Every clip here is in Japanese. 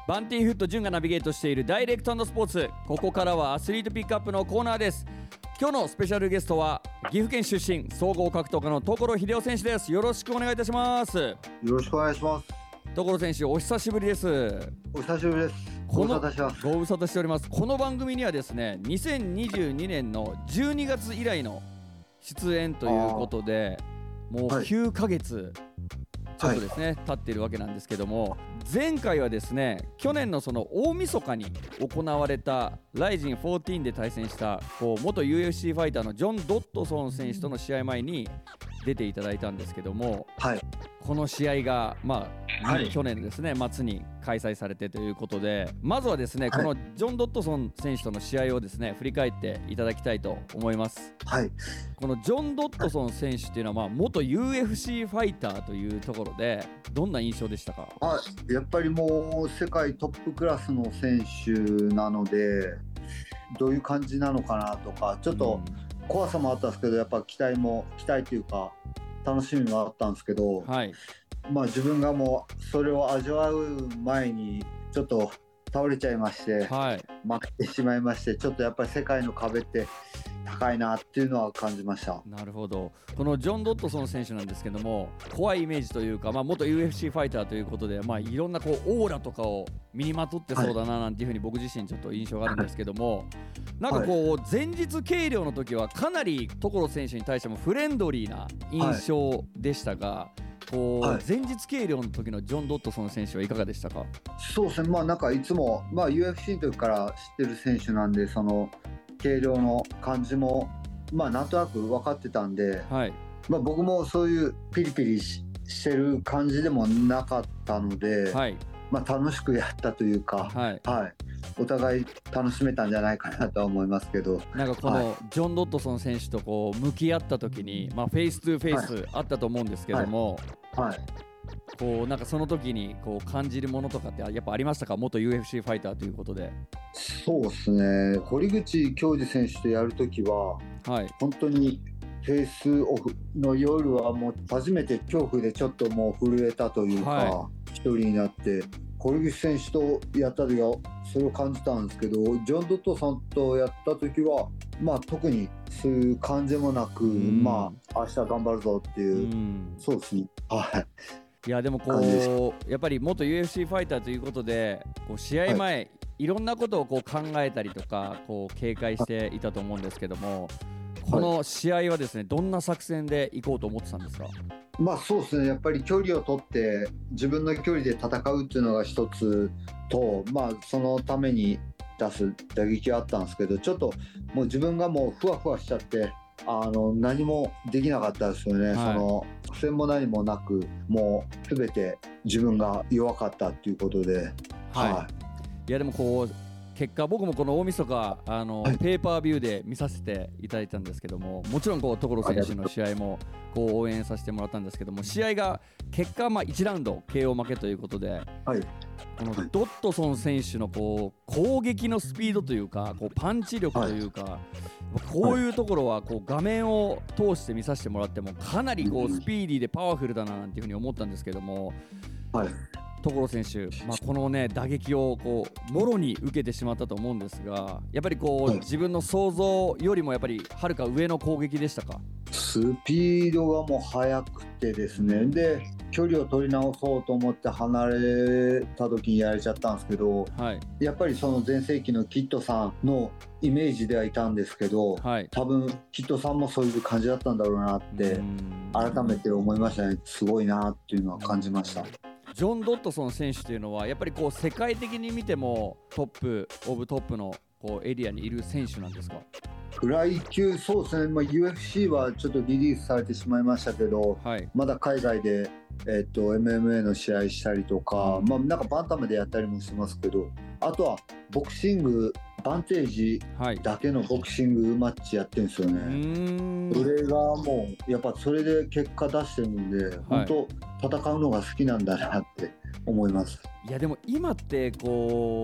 バンティーフット潤がナビゲートしているダイレクト&スポーツ。ここからはアスリートピックアップのコーナーです。今日のスペシャルゲストは岐阜県出身総合格闘家の所秀夫選手です。よろしくお願いいたします。 よろしくお願いします。 所選手、お久しぶりです。 お久しぶりです。ご無沙汰してます。 ご無沙汰しております。この番組にはですね、2022年の12月以来の出演ということで、もう9ヶ月ちょっとですね、経っているわけなんですけども、前回はですね、去年のその大晦日に行われたライジン14で対戦した元 UFC ファイターのジョン・ドットソン選手との試合前に出ていただいたんですけども、この試合が去年ですね、末に開催されてということで、まずはですね、このジョン・ドットソン選手との試合をですね、振り返っていただきたいと思います。このジョン・ドットソン選手っていうのは、元 UFC ファイターというところでどんな印象でしたか？ やっぱりもう世界トップクラスの選手なので、どういう感じなのかなとか、ちょっと怖さもあったんですけど、やっぱ期待というか楽しみもあったんですけど、自分がもうそれを味わう前にちょっと倒れちゃいまして、負けてしまいまして、ちょっとやっぱり世界の壁って高いなっていうのは感じました。 なるほど。このジョン・ドットソン選手なんですけども、怖いイメージというか、元 UFC ファイターということで、いろんなオーラとかを身にまとってそうだななんていうふうに僕自身ちょっと印象があるんですけども、なんか前日計量の時はかなり所選手に対してもフレンドリーな印象でしたが、前日計量の時のジョン・ドットソン選手はいかがでしたか？ そうですね、なんかいつも、UFC の時から知ってる選手なんで、その計量の感じもなんとなく分かってたんで、僕もそういうピリピリしてる感じでもなかったので、楽しくやったというか、お互い楽しめたんじゃないかなとは思いますけど、 なんかこのジョン・ドットソン選手と向き合った時に、フェイストゥフェイスあったと思うんですけども、なんかその時に感じるものとかってやっぱありましたか？元 UFC ファイターということで。 そうですね、堀口恭司選手とやるときは、本当にフェイスオフの夜はもう初めて恐怖でちょっともう震えたというか、一人になって堀口選手とやった時はそれを感じたんですけど、ジョン・ドットさんとやった時は特にそういう感じもなく、明日頑張るぞっていう、そうですね。 いやでもやっぱり元 UFC ファイターということで、試合前、いろんなことを考えたりとか警戒していたと思うんですけども、この試合はですね、どんな作戦でいこうと思ってたんですか？ そうですね、やっぱり距離を取って自分の距離で戦うっていうのが一つと、そのために出す打撃があったんですけど、ちょっともう自分がもうふわふわしちゃって何もできなかったですよね。その苦戦も何もなく、もう全て自分が弱かったっていうことで、 いやでも結果、僕もこの大晦日ペーパービューで見させていただいたんですけども、もちろん所選手の試合も応援させてもらったんですけども、試合が結果1ラウンド KO 負けということで、このドットソン選手の攻撃のスピードというかパンチ力というか、こういうところは画面を通して見させてもらってもかなりスピーディーでパワフルだななんていうふうに思ったんですけども、所選手、このね打撃をもろに受けてしまったと思うんですが、やっぱり自分の想像よりもやっぱりはるか上の攻撃でしたか？ スピードがもう速くてですね、で距離を取り直そうと思って離れた時にやられちゃったんですけど、やっぱりその前世紀のキッドさんのイメージではいたんですけど、多分キッドさんもそういう感じだったんだろうなって改めて思いましたね。すごいなっていうのは感じました。 ジョン・ドットソン選手というのはやっぱり世界的に見てもトップオブトップのエリアにいる選手なんですか？ フライ級、そうですね、UFC はちょっとリリースされてしまいましたけど、まだ海外で、MMA の試合したりとか、なんかバンタムでやったりもしますけど、あとはボクシングバンテージだけのボクシングマッチやってるんですよね。それがもうやっぱそれで結果出してるんで、本当戦うのが好きなんだなって思います。 いやでも今って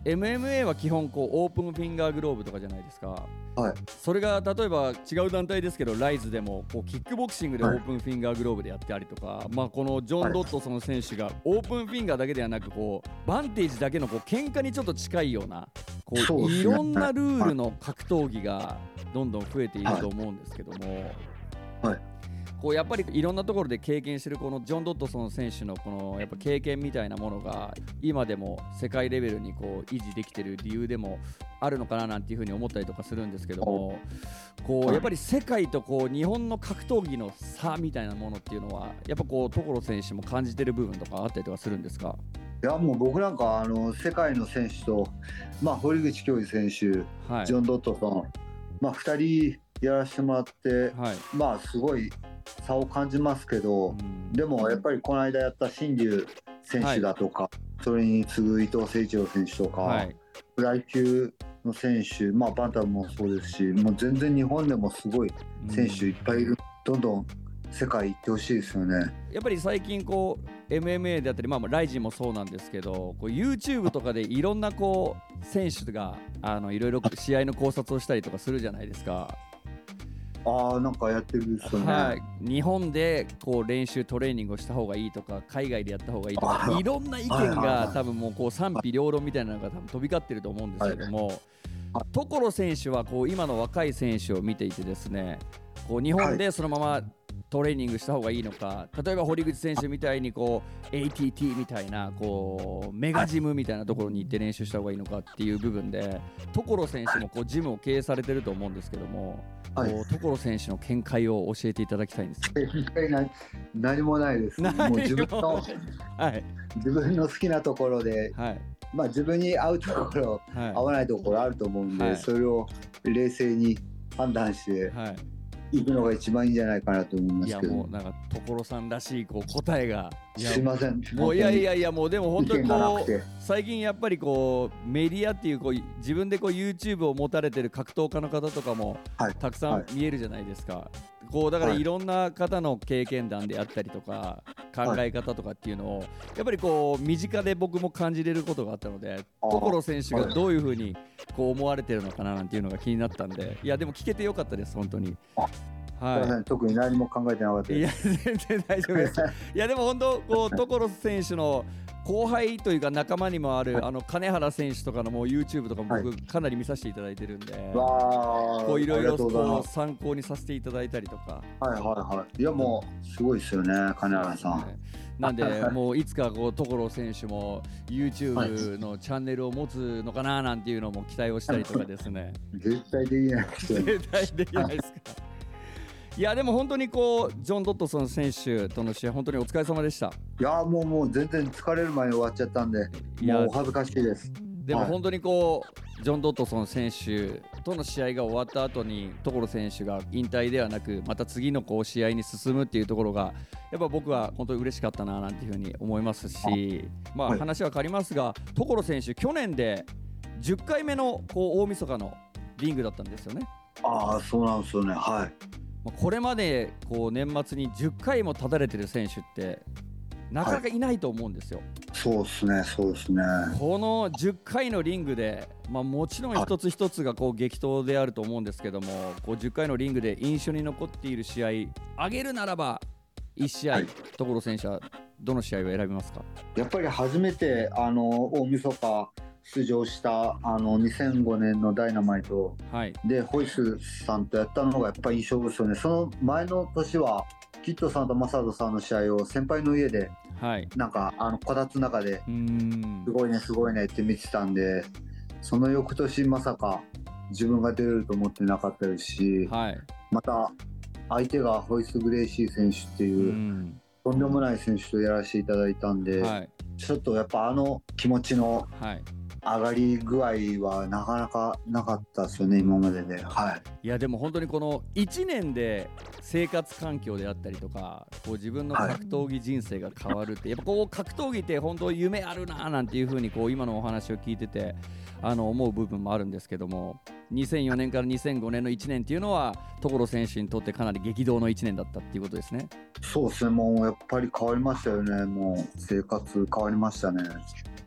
MMA は基本こうオープンフィンガーグローブとかじゃないですか。 はい。 それが例えば違う団体ですけどライズでもこうキックボクシングでオープンフィンガーグローブでやってたりとか、まあこのジョン・ドットソン選手がオープンフィンガーだけではなくこうバンテージだけのこう喧嘩にちょっと近いようなこういろんなルールの格闘技がどんどん増えていると思うんですけども、 はい。 こうやっぱりいろんなところで経験してるこのジョン・ドットソン選手のこのやっぱ経験みたいなものが今でも世界レベルにこう維持できてる理由でもあるのかななんていうふうに思ったりとかするんですけども、こうやっぱり世界とこう日本の格闘技の差みたいなものっていうのはやっぱこう所選手も感じてる部分とかあったりとかするんですか？ いやもう僕なんか世界の選手と、まあ、堀口恭司選手、 はい、 ジョン・ドットソン、まあ、2人やらせてもらって、 はい、 まあすごい差を感じますけど、でもやっぱりこの間やった新竜選手だとか、それに次ぐ伊藤誠一郎選手とか、フライ級の選手、まあ、バンタムもそうですし、もう全然日本でもすごい選手いっぱいいる、どんどん世界行ってほしいですよね。 やっぱり最近こう MMA であったり、まあ、ライジンもそうなんですけど、こう YouTube とかでいろんなこう選手がいろいろ試合の考察をしたりとかするじゃないですか。 なんかやってるですよね。 はい、日本でこう練習トレーニングをした方がいいとか海外でやった方がいいとかいろんな意見が多分もうこう賛否両論みたいなのが多分飛び交ってると思うんですけども、所選手はこう今の若い選手を見ていてですね、こう日本でそのままトレーニングした方がいいのか、例えば堀口選手みたいにこう ATT みたいなこうメガジムみたいなところに行って練習した方がいいのかっていう部分で所選手もこうジムを経営されてると思うんですけども、所選手の見解を教えていただきたいんです。 何もないです。もう自分の、自分の好きなところで、まあ、自分に合うところ、合わないところあると思うんで、それを冷静に判断して、行くのが一番いいんじゃないかなと思いますけど。 いやもうなんか所さんらしいこう答えが、 すいません。 もういやもうでも本当にこう最近やっぱりこうメディアっていうこう自分でこう YouTube を持たれてる格闘家の方とかもたくさん見えるじゃないですか。こうだからいろんな方の経験談であったりとか考え方とかっていうのをやっぱりこう身近で僕も感じれることがあったので、所選手がどういうふうにこう思われてるのかななんていうのが気になったんで、いやでも聞けてよかったです本当に。 特に何も考えてなかったです。 いや全然大丈夫です。いやでも本当こう所選手の後輩というか仲間にもある金原選手とかのもう YouTube とかも僕かなり見させていただいてるんで、こういろいろ参考にさせていただいたりとか。 いやもうすごいですよね金原さん。 なんでもういつかこう所選手も YouTube のチャンネルを持つのかななんていうのも期待をしたりとかですね。 絶対できないですよ。 絶対できないですか。いやでも本当にこうジョン・ドットソン選手との試合本当にお疲れ様でした。 いやもう全然疲れる前に終わっちゃったんで、もうお恥ずかしいです。 でも本当にこうジョン・ドットソン選手との試合が終わった後に所選手が引退ではなくまた次のこう試合に進むっていうところがやっぱ僕は本当に嬉しかったななんていうふうに思いますし、まあ話は変わりますが所選手去年で10回目のこう大晦日のリングだったんですよね。 そうなんですよね。 これまでこう年末に10回も立たれてる選手ってなかなかいないと思うんですよ。 そうですね。 この10回のリングで、もちろん一つ一つがこう激闘であると思うんですけども、こう10回のリングで印象に残っている試合挙げるならば1試合、所選手はどの試合を選びますか？ やっぱり初めて大晦日出場した2005年のダイナマイトで、ホイスさんとやったのがやっぱり印象ですよね。その前の年はキッドさんとマサドさんの試合を先輩の家で、なんかこたつの中ですごいねって見てたんで、その翌年まさか自分が出れると思ってなかったですし、また相手がホイス・グレイシー選手っていうとんでもない選手とやらせていただいたんで、ちょっとやっぱ気持ちの上がり具合はなかなかなかったですよね今までで。 いやでも本当にこの1年で生活環境であったりとかこう自分の格闘技人生が変わるって、やっぱこう格闘技って本当夢あるななんていう風にこう今のお話を聞いてて思う部分もあるんですけども、2004年から2005年の1年っていうのは所選手にとってかなり激動の1年だったっていうことですね。 そうですね。もうやっぱり変わりましたよね。もう生活変わりましたね。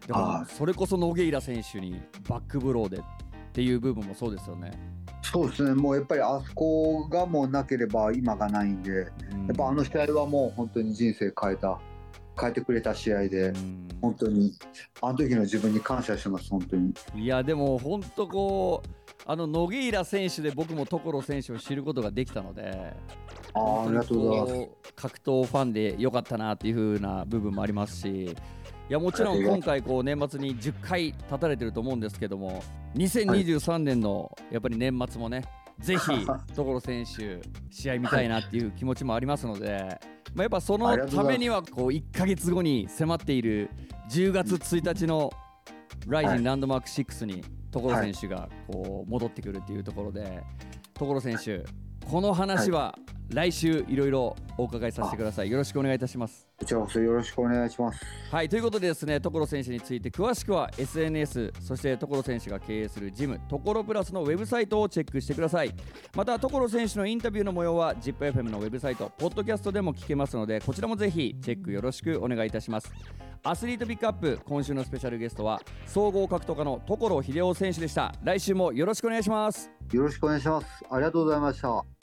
だからそれこそノゲイラ選手にバックブローでっていう部分もそうですよね。 そうですね、もうやっぱりあそこがもうなければ今がないんで、やっぱあの試合はもう本当に人生変えてくれた試合で、本当にあの時の自分に感謝してます。本当に。 いやでも本当こうノゲイラ選手で僕も所選手を知ることができたので、 ありがとうございます。 格闘ファンで良かったなっていう風な部分もありますし、いやもちろん今回こう年末に10回立たれてると思うんですけども、2023年のやっぱり年末もね、ぜひ所選手試合見たいなっていう気持ちもありますので、やっぱそのためにはこう1ヶ月後に迫っている10月1日のライジンランドマーク6に所選手がこう戻ってくるっていうところで、所選手この話は来週いろいろお伺いさせてください。よろしくお願いいたします。 こちらこそよろしくお願いします。 はい、ということでですね、所選手について詳しくは SNS、 そして所選手が経営するジム所プラスのウェブサイトをチェックしてください。また所選手のインタビューの模様は ZIPFM のウェブサイトポッドキャストでも聞けますので、こちらもぜひチェックよろしくお願いいたします。アスリートピックアップ、今週のスペシャルゲストは総合格闘家の所秀夫選手でした。来週もよろしくお願いします。 よろしくお願いします。ありがとうございました。